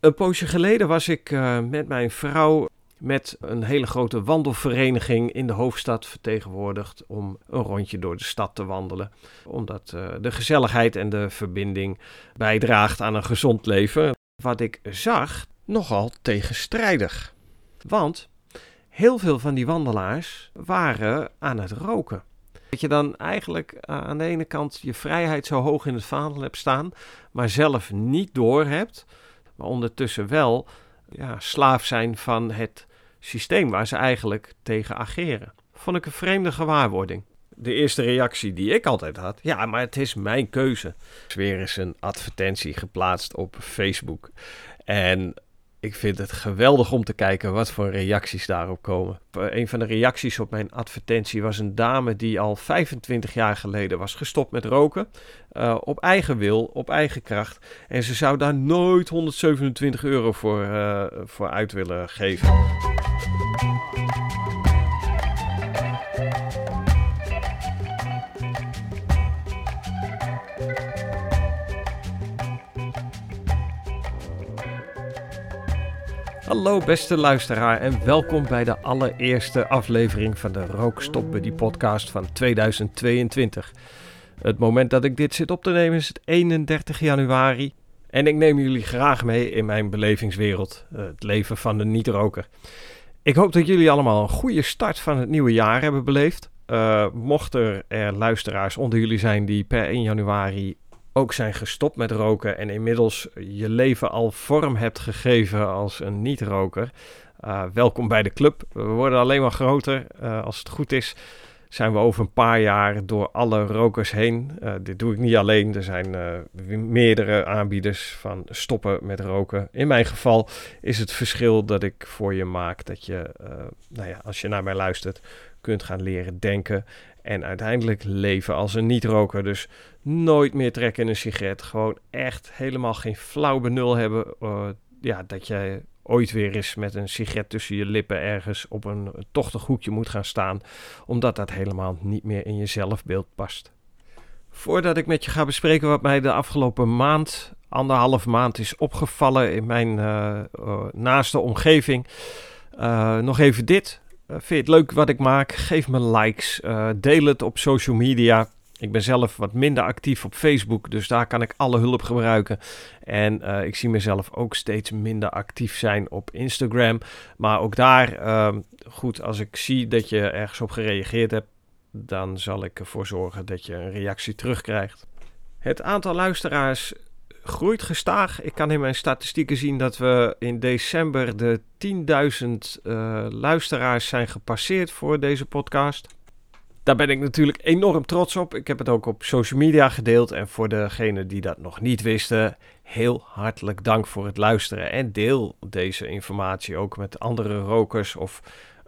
Een poosje geleden was ik met mijn vrouw met een hele grote wandelvereniging in de hoofdstad vertegenwoordigd om een rondje door de stad te wandelen. Omdat de gezelligheid en de verbinding bijdraagt aan een gezond leven. Wat ik zag, nogal tegenstrijdig. Want heel veel van die wandelaars waren aan het roken. Dat je dan eigenlijk aan de ene kant je vrijheid zo hoog in het vaandel hebt staan, maar zelf niet doorhebt, maar ondertussen wel slaaf zijn van het systeem waar ze eigenlijk tegen ageren. Vond ik een vreemde gewaarwording. De eerste reactie die ik altijd had, ja, maar het is mijn keuze. Er is weer eens een advertentie geplaatst op Facebook. En ik vind het geweldig om te kijken wat voor reacties daarop komen. Een van de reacties op mijn advertentie was een dame die al 25 jaar geleden was gestopt met roken. Op eigen wil, op eigen kracht. En ze zou daar nooit €127 voor uit willen geven. Hallo beste luisteraar en welkom bij de allereerste aflevering van de Rookstop Buddy podcast van 2022. Het moment dat ik dit zit op te nemen is het 31 januari en ik neem jullie graag mee in mijn belevingswereld, het leven van de niet-roker. Ik hoop dat jullie allemaal een goede start van het nieuwe jaar hebben beleefd. Mochten er luisteraars onder jullie zijn die per 1 januari ook zijn gestopt met roken en inmiddels je leven al vorm hebt gegeven als een niet-roker. Welkom bij de club. We worden alleen maar groter. Als het goed is, zijn we over een paar jaar door alle rokers heen. Dit doe ik niet alleen. Er zijn meerdere aanbieders van stoppen met roken. In mijn geval is het verschil dat ik voor je maak dat je, als je naar mij luistert, kunt gaan leren denken en uiteindelijk leven als een niet-roker. Dus nooit meer trekken in een sigaret. Gewoon echt helemaal geen flauw benul hebben dat jij ooit weer eens met een sigaret tussen je lippen ergens op een tochtig hoekje moet gaan staan, omdat dat helemaal niet meer in je zelfbeeld past. Voordat ik met je ga bespreken wat mij de afgelopen maand, 1,5 maand is opgevallen in mijn naaste omgeving, nog even dit. Vind je het leuk wat ik maak? Geef me likes, deel het op social media. Ik ben zelf wat minder actief op Facebook, dus daar kan ik alle hulp gebruiken. En ik zie mezelf ook steeds minder actief zijn op Instagram. Maar ook daar, als ik zie dat je ergens op gereageerd hebt, dan zal ik ervoor zorgen dat je een reactie terugkrijgt. Het aantal luisteraars groeit gestaag. Ik kan in mijn statistieken zien dat we in december de 10.000 luisteraars zijn gepasseerd voor deze podcast. Daar ben ik natuurlijk enorm trots op. Ik heb het ook op social media gedeeld. En voor degenen die dat nog niet wisten, heel hartelijk dank voor het luisteren. En deel deze informatie ook met andere rokers of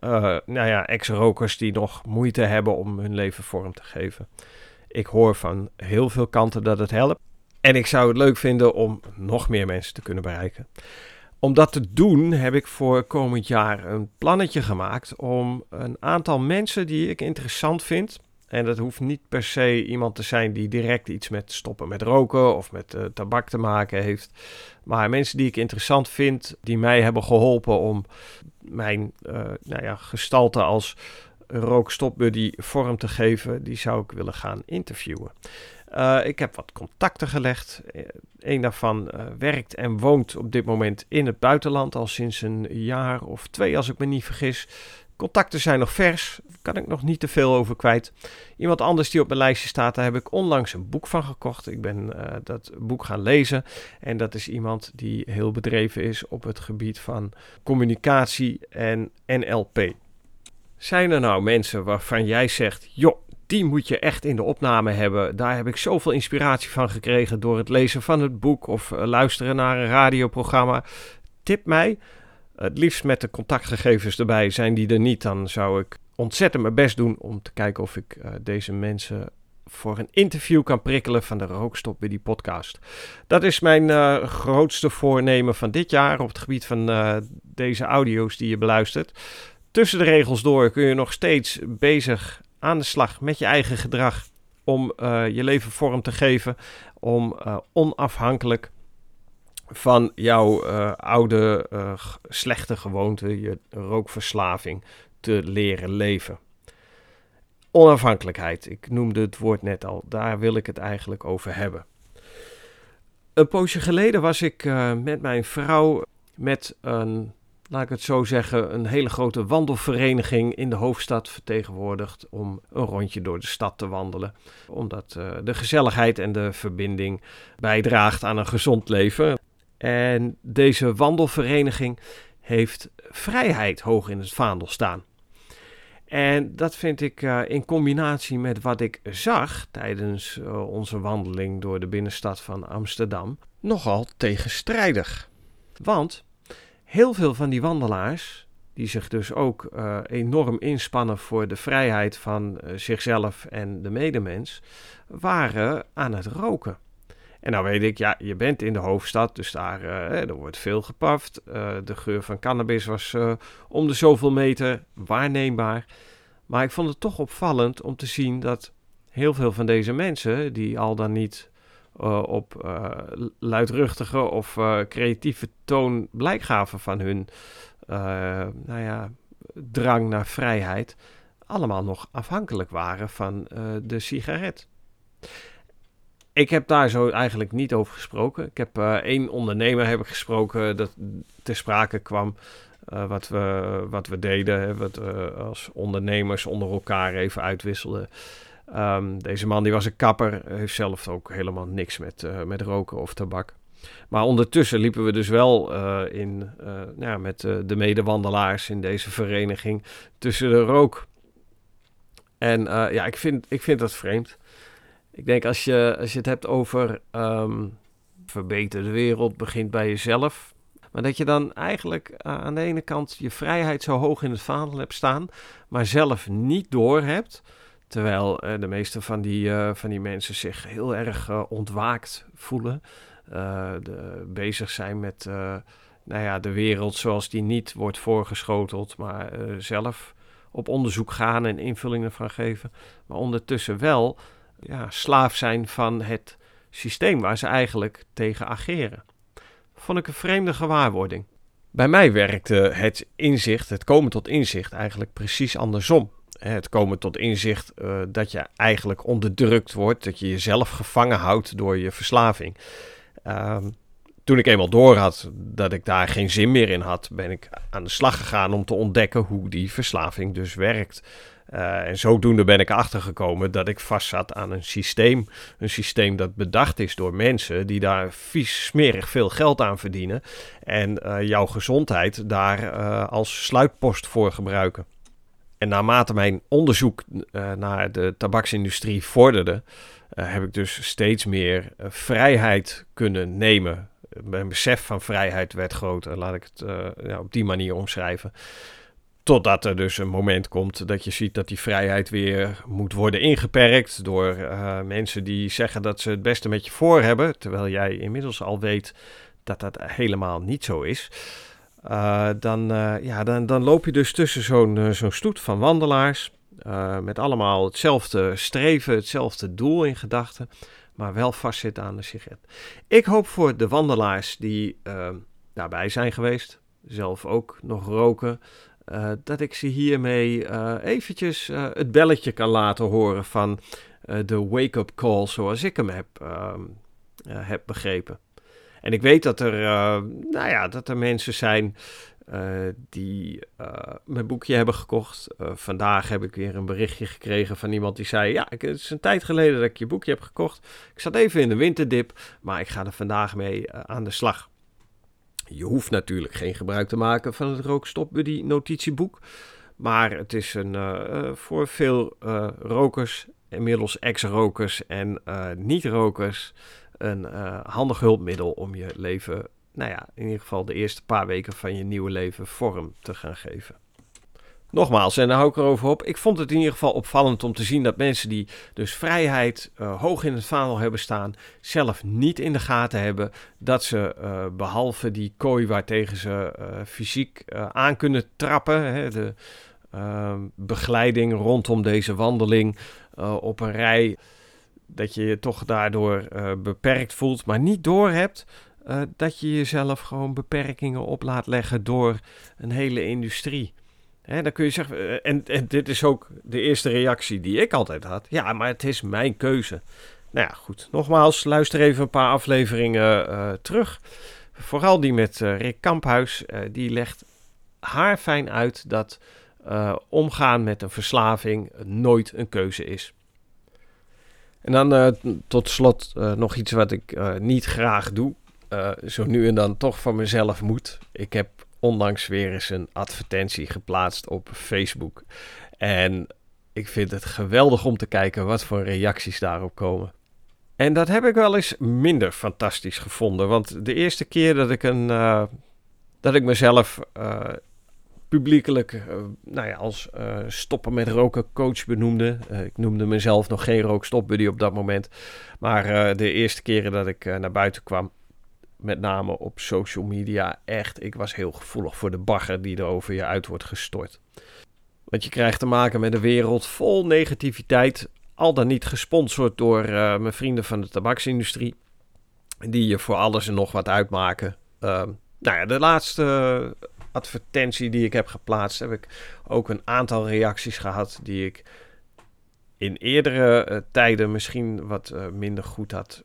ex-rokers die nog moeite hebben om hun leven vorm te geven. Ik hoor van heel veel kanten dat het helpt. En ik zou het leuk vinden om nog meer mensen te kunnen bereiken. Om dat te doen heb ik voor komend jaar een plannetje gemaakt om een aantal mensen die ik interessant vind. En dat hoeft niet per se iemand te zijn die direct iets met stoppen met roken of met tabak te maken heeft. Maar mensen die ik interessant vind, die mij hebben geholpen om mijn gestalte als rookstopbuddy vorm te geven, die zou ik willen gaan interviewen. Ik heb wat contacten gelegd. Een daarvan werkt en woont op dit moment in het buitenland al sinds een jaar of 2 als ik me niet vergis. Contacten zijn nog vers, kan ik nog niet te veel over kwijt. Iemand anders die op mijn lijstje staat, daar heb ik onlangs een boek van gekocht. Ik ben dat boek gaan lezen en dat is iemand die heel bedreven is op het gebied van communicatie en NLP. Zijn er nou mensen waarvan jij zegt, joh, die moet je echt in de opname hebben. Daar heb ik zoveel inspiratie van gekregen door het lezen van het boek of luisteren naar een radioprogramma. Tip mij. Het liefst met de contactgegevens erbij. Zijn die er niet, dan zou ik ontzettend mijn best doen om te kijken of ik deze mensen voor een interview kan prikkelen van de Rookstop Buddy podcast. Dat is mijn grootste voornemen van dit jaar op het gebied van deze audio's die je beluistert. Tussen de regels door kun je nog steeds bezig aan de slag met je eigen gedrag om je leven vorm te geven, om onafhankelijk van jouw oude slechte gewoonte, je rookverslaving, te leren leven. Onafhankelijkheid, ik noemde het woord net al, daar wil ik het eigenlijk over hebben. Een poosje geleden was ik met mijn vrouw met een, laat ik het zo zeggen, een hele grote wandelvereniging in de hoofdstad vertegenwoordigd om een rondje door de stad te wandelen. Omdat de gezelligheid en de verbinding bijdraagt aan een gezond leven. En deze wandelvereniging heeft vrijheid hoog in het vaandel staan. En dat vind ik in combinatie met wat ik zag tijdens onze wandeling door de binnenstad van Amsterdam nogal tegenstrijdig. Want heel veel van die wandelaars, die zich dus ook enorm inspannen voor de vrijheid van zichzelf en de medemens, waren aan het roken. En nou weet ik, ja, je bent in de hoofdstad, dus er wordt veel gepaft. De geur van cannabis was om de zoveel meter waarneembaar. Maar ik vond het toch opvallend om te zien dat heel veel van deze mensen, die al dan niet op luidruchtige of creatieve toon blijk gaven van hun drang naar vrijheid, allemaal nog afhankelijk waren van de sigaret. Ik heb daar zo eigenlijk niet over gesproken. Ik heb één ondernemer gesproken dat ter sprake kwam wat we deden, wat we als ondernemers onder elkaar even uitwisselden. Deze man die was een kapper, heeft zelf ook helemaal niks met roken of tabak. Maar ondertussen liepen we dus wel met de medewandelaars in deze vereniging tussen de rook. En ik vind dat vreemd. Ik denk als je het hebt over verbeter de wereld, begint bij jezelf. Maar dat je dan eigenlijk aan de ene kant je vrijheid zo hoog in het vaandel hebt staan, maar zelf niet doorhebt. Terwijl de meeste van die mensen zich heel erg ontwaakt voelen. Bezig zijn met de wereld zoals die niet wordt voorgeschoteld, maar zelf op onderzoek gaan en invulling ervan geven. Maar ondertussen wel slaaf zijn van het systeem waar ze eigenlijk tegen ageren. Vond ik een vreemde gewaarwording. Bij mij werkte het komen tot inzicht eigenlijk precies andersom. Het komen tot inzicht dat je eigenlijk onderdrukt wordt, dat je jezelf gevangen houdt door je verslaving. Toen ik eenmaal door had dat ik daar geen zin meer in had, ben ik aan de slag gegaan om te ontdekken hoe die verslaving dus werkt. En zodoende ben ik achtergekomen dat ik vastzat aan een systeem. Een systeem dat bedacht is door mensen die daar vies smerig veel geld aan verdienen. En jouw gezondheid daar als sluitpost voor gebruiken. En naarmate mijn onderzoek naar de tabaksindustrie vorderde, heb ik dus steeds meer vrijheid kunnen nemen. Mijn besef van vrijheid werd groter, laat ik het op die manier omschrijven. Totdat er dus een moment komt dat je ziet dat die vrijheid weer moet worden ingeperkt door mensen die zeggen dat ze het beste met je voor hebben, terwijl jij inmiddels al weet dat dat helemaal niet zo is. Dan loop je dus tussen zo'n stoet van wandelaars met allemaal hetzelfde streven, hetzelfde doel in gedachten, maar wel vastzitten aan de sigaret. Ik hoop voor de wandelaars die daarbij zijn geweest, zelf ook nog roken, dat ik ze hiermee eventjes het belletje kan laten horen van de wake-up call zoals ik hem heb begrepen. En ik weet dat er mensen zijn die mijn boekje hebben gekocht. Vandaag heb ik weer een berichtje gekregen van iemand die zei, het is een tijd geleden dat ik je boekje heb gekocht. Ik zat even in de winterdip, maar ik ga er vandaag mee aan de slag. Je hoeft natuurlijk geen gebruik te maken van het Rookstop Buddy notitieboek. Maar het is voor veel rokers, inmiddels ex-rokers en niet-rokers, een handig hulpmiddel om je leven, in ieder geval de eerste paar weken van je nieuwe leven vorm te gaan geven. Nogmaals, en daar hou ik erover op. Ik vond het in ieder geval opvallend om te zien dat mensen die dus vrijheid hoog in het vaandel hebben staan, zelf niet in de gaten hebben dat ze behalve die kooi waartegen ze fysiek aan kunnen trappen, de begeleiding rondom deze wandeling op een rij, dat je je toch daardoor beperkt voelt, maar niet doorhebt dat je jezelf gewoon beperkingen op laat leggen door een hele industrie. Dan kun je zeggen, en dit is ook de eerste reactie die ik altijd had. Ja, maar het is mijn keuze. Nou ja, goed. Nogmaals, luister even een paar afleveringen terug. Vooral die met Rick Kamphuis. Die legt haarfijn uit dat omgaan met een verslaving nooit een keuze is. En dan tot slot nog iets wat ik niet graag doe. Zo nu en dan toch van mezelf moet. Ik heb onlangs weer eens een advertentie geplaatst op Facebook. En ik vind het geweldig om te kijken wat voor reacties daarop komen. En dat heb ik wel eens minder fantastisch gevonden. Want de eerste keer dat ik mezelf publiekelijk als stoppen met roken coach benoemde. Ik noemde mezelf nog geen rookstopbuddy op dat moment. Maar de eerste keren dat ik naar buiten kwam, met name op social media, echt, ik was heel gevoelig voor de bagger die er over je uit wordt gestort. Want je krijgt te maken met een wereld vol negativiteit, al dan niet gesponsord door mijn vrienden van de tabaksindustrie, die je voor alles en nog wat uitmaken. De laatste advertentie die ik heb geplaatst, heb ik ook een aantal reacties gehad die ik in eerdere tijden misschien wat minder goed had,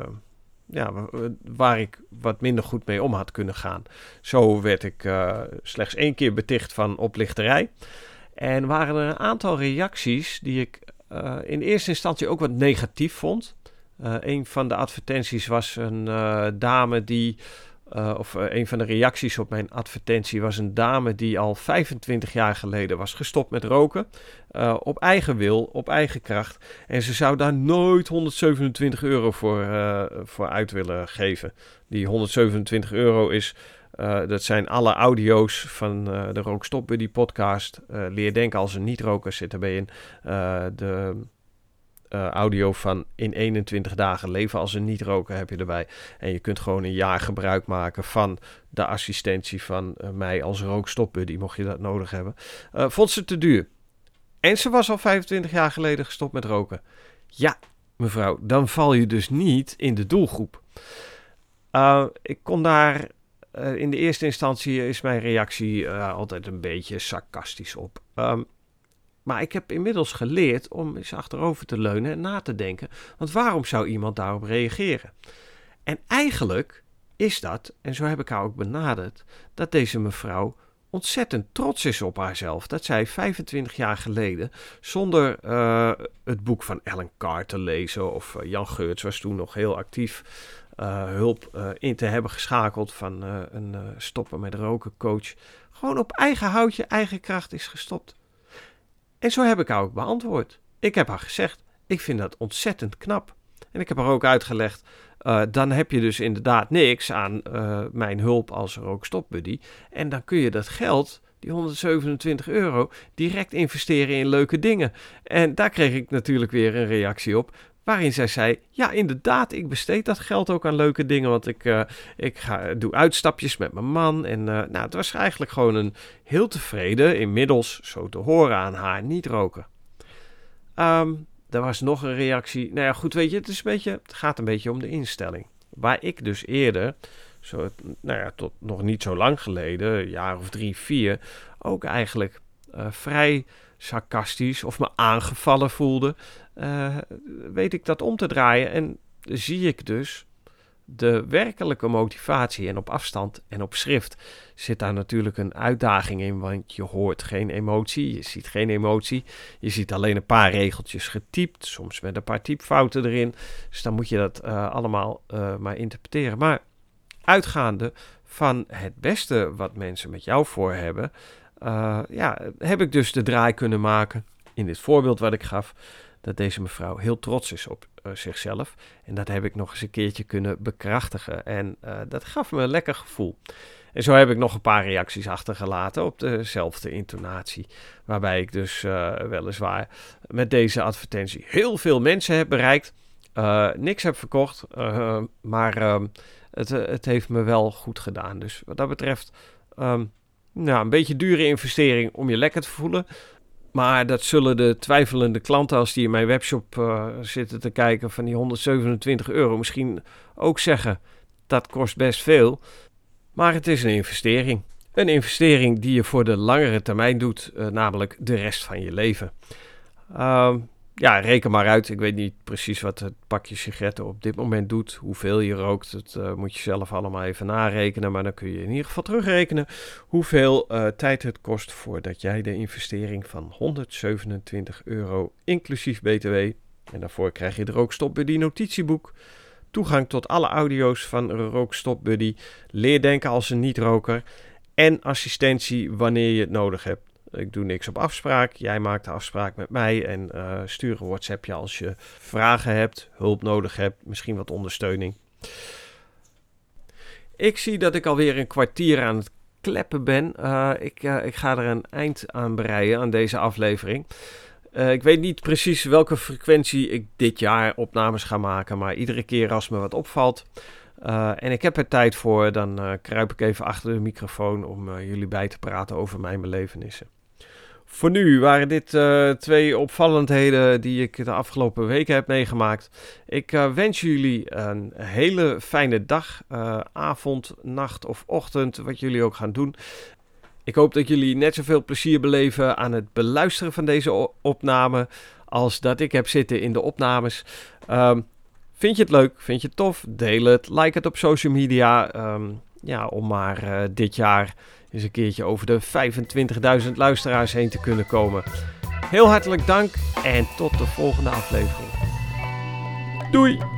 waar ik wat minder goed mee om had kunnen gaan. Zo werd ik slechts 1 keer beticht van oplichterij. En waren er een aantal reacties die ik in eerste instantie ook wat negatief vond. Een van de advertenties was een dame die... een van de reacties op mijn advertentie was een dame die al 25 jaar geleden was gestopt met roken. Op eigen wil, op eigen kracht. En ze zou daar nooit €127 voor uit willen geven. Die €127 is... dat zijn alle audio's van de Rookstop Buddy podcast. Leer denken als een niet-roker zit erbij in. De audio van in 21 dagen leven als een niet-roker heb je erbij. En je kunt gewoon een jaar gebruik maken van de assistentie van mij als rookstopbuddy, mocht je dat nodig hebben. Vond ze te duur. En ze was al 25 jaar geleden gestopt met roken. Ja, mevrouw, dan val je dus niet in de doelgroep. Ik kon daar... in de eerste instantie is mijn reactie altijd een beetje sarcastisch op. Maar ik heb inmiddels geleerd om eens achterover te leunen en na te denken. Want waarom zou iemand daarop reageren? En eigenlijk is dat, en zo heb ik haar ook benaderd, dat deze mevrouw ontzettend trots is op haarzelf. Dat zij 25 jaar geleden, zonder het boek van Ellen Carr te lezen, of Jan Geurts was toen nog heel actief, hulp in te hebben geschakeld van een stoppen met roken coach, gewoon op eigen houtje, eigen kracht is gestopt. En zo heb ik haar ook beantwoord. Ik heb haar gezegd, ik vind dat ontzettend knap. En ik heb haar ook uitgelegd, dan heb je dus inderdaad niks aan mijn hulp als rookstopbuddy. En dan kun je dat geld, die €127, direct investeren in leuke dingen. En daar kreeg ik natuurlijk weer een reactie op, waarin zij zei, ja inderdaad, ik besteed dat geld ook aan leuke dingen, want ik doe uitstapjes met mijn man. En het was eigenlijk gewoon een heel tevreden, inmiddels zo te horen aan haar, niet-roker. Er was nog een reactie. Nou ja, goed, weet je, het gaat een beetje om de instelling. Waar ik dus eerder, tot nog niet zo lang geleden, een jaar of 3, 4, ook eigenlijk vrij sarcastisch of me aangevallen voelde, weet ik dat om te draaien en zie ik dus de werkelijke motivatie. En op afstand en op schrift zit daar natuurlijk een uitdaging in, want je hoort geen emotie, je ziet geen emotie, je ziet alleen een paar regeltjes getypt, soms met een paar typfouten erin, dus dan moet je dat allemaal maar interpreteren. Maar uitgaande van het beste wat mensen met jou voor hebben, heb ik dus de draai kunnen maken in dit voorbeeld wat ik gaf, dat deze mevrouw heel trots is op zichzelf. En dat heb ik nog eens een keertje kunnen bekrachtigen. En dat gaf me een lekker gevoel. En zo heb ik nog een paar reacties achtergelaten op dezelfde intonatie. Waarbij ik dus weliswaar met deze advertentie heel veel mensen heb bereikt. Niks heb verkocht, maar het heeft me wel goed gedaan. Dus wat dat betreft een beetje dure investering om je lekker te voelen. Maar dat zullen de twijfelende klanten, als die in mijn webshop zitten te kijken van die €127 misschien ook zeggen. dat kost best veel. Maar het is een investering. Een investering die je voor de langere termijn doet, namelijk de rest van je leven. Reken maar uit. Ik weet niet precies wat het pakje sigaretten op dit moment doet. Hoeveel je rookt, dat moet je zelf allemaal even narekenen. Maar dan kun je in ieder geval terugrekenen hoeveel tijd het kost voordat jij de investering van €127 inclusief BTW. En daarvoor krijg je de Rookstop Buddy notitieboek. Toegang tot alle audio's van Rookstop Buddy. Leerdenken als een niet-roker. En assistentie wanneer je het nodig hebt. Ik doe niks op afspraak. Jij maakt de afspraak met mij en stuur een WhatsAppje als je vragen hebt, hulp nodig hebt, misschien wat ondersteuning. Ik zie dat ik alweer een kwartier aan het kleppen ben. Ik ga er een eind aan breien aan deze aflevering. Ik weet niet precies welke frequentie ik dit jaar opnames ga maken, maar iedere keer als me wat opvalt en ik heb er tijd voor, dan kruip ik even achter de microfoon om jullie bij te praten over mijn belevenissen. Voor nu waren dit 2 opvallendheden die ik de afgelopen weken heb meegemaakt. Ik wens jullie een hele fijne dag, avond, nacht of ochtend, wat jullie ook gaan doen. Ik hoop dat jullie net zoveel plezier beleven aan het beluisteren van deze opname als dat ik heb zitten in de opnames. Vind je het leuk? Vind je het tof? Deel het. Like het op social media. Om maar dit jaar eens een keertje over de 25.000 luisteraars heen te kunnen komen. Heel hartelijk dank en tot de volgende aflevering. Doei!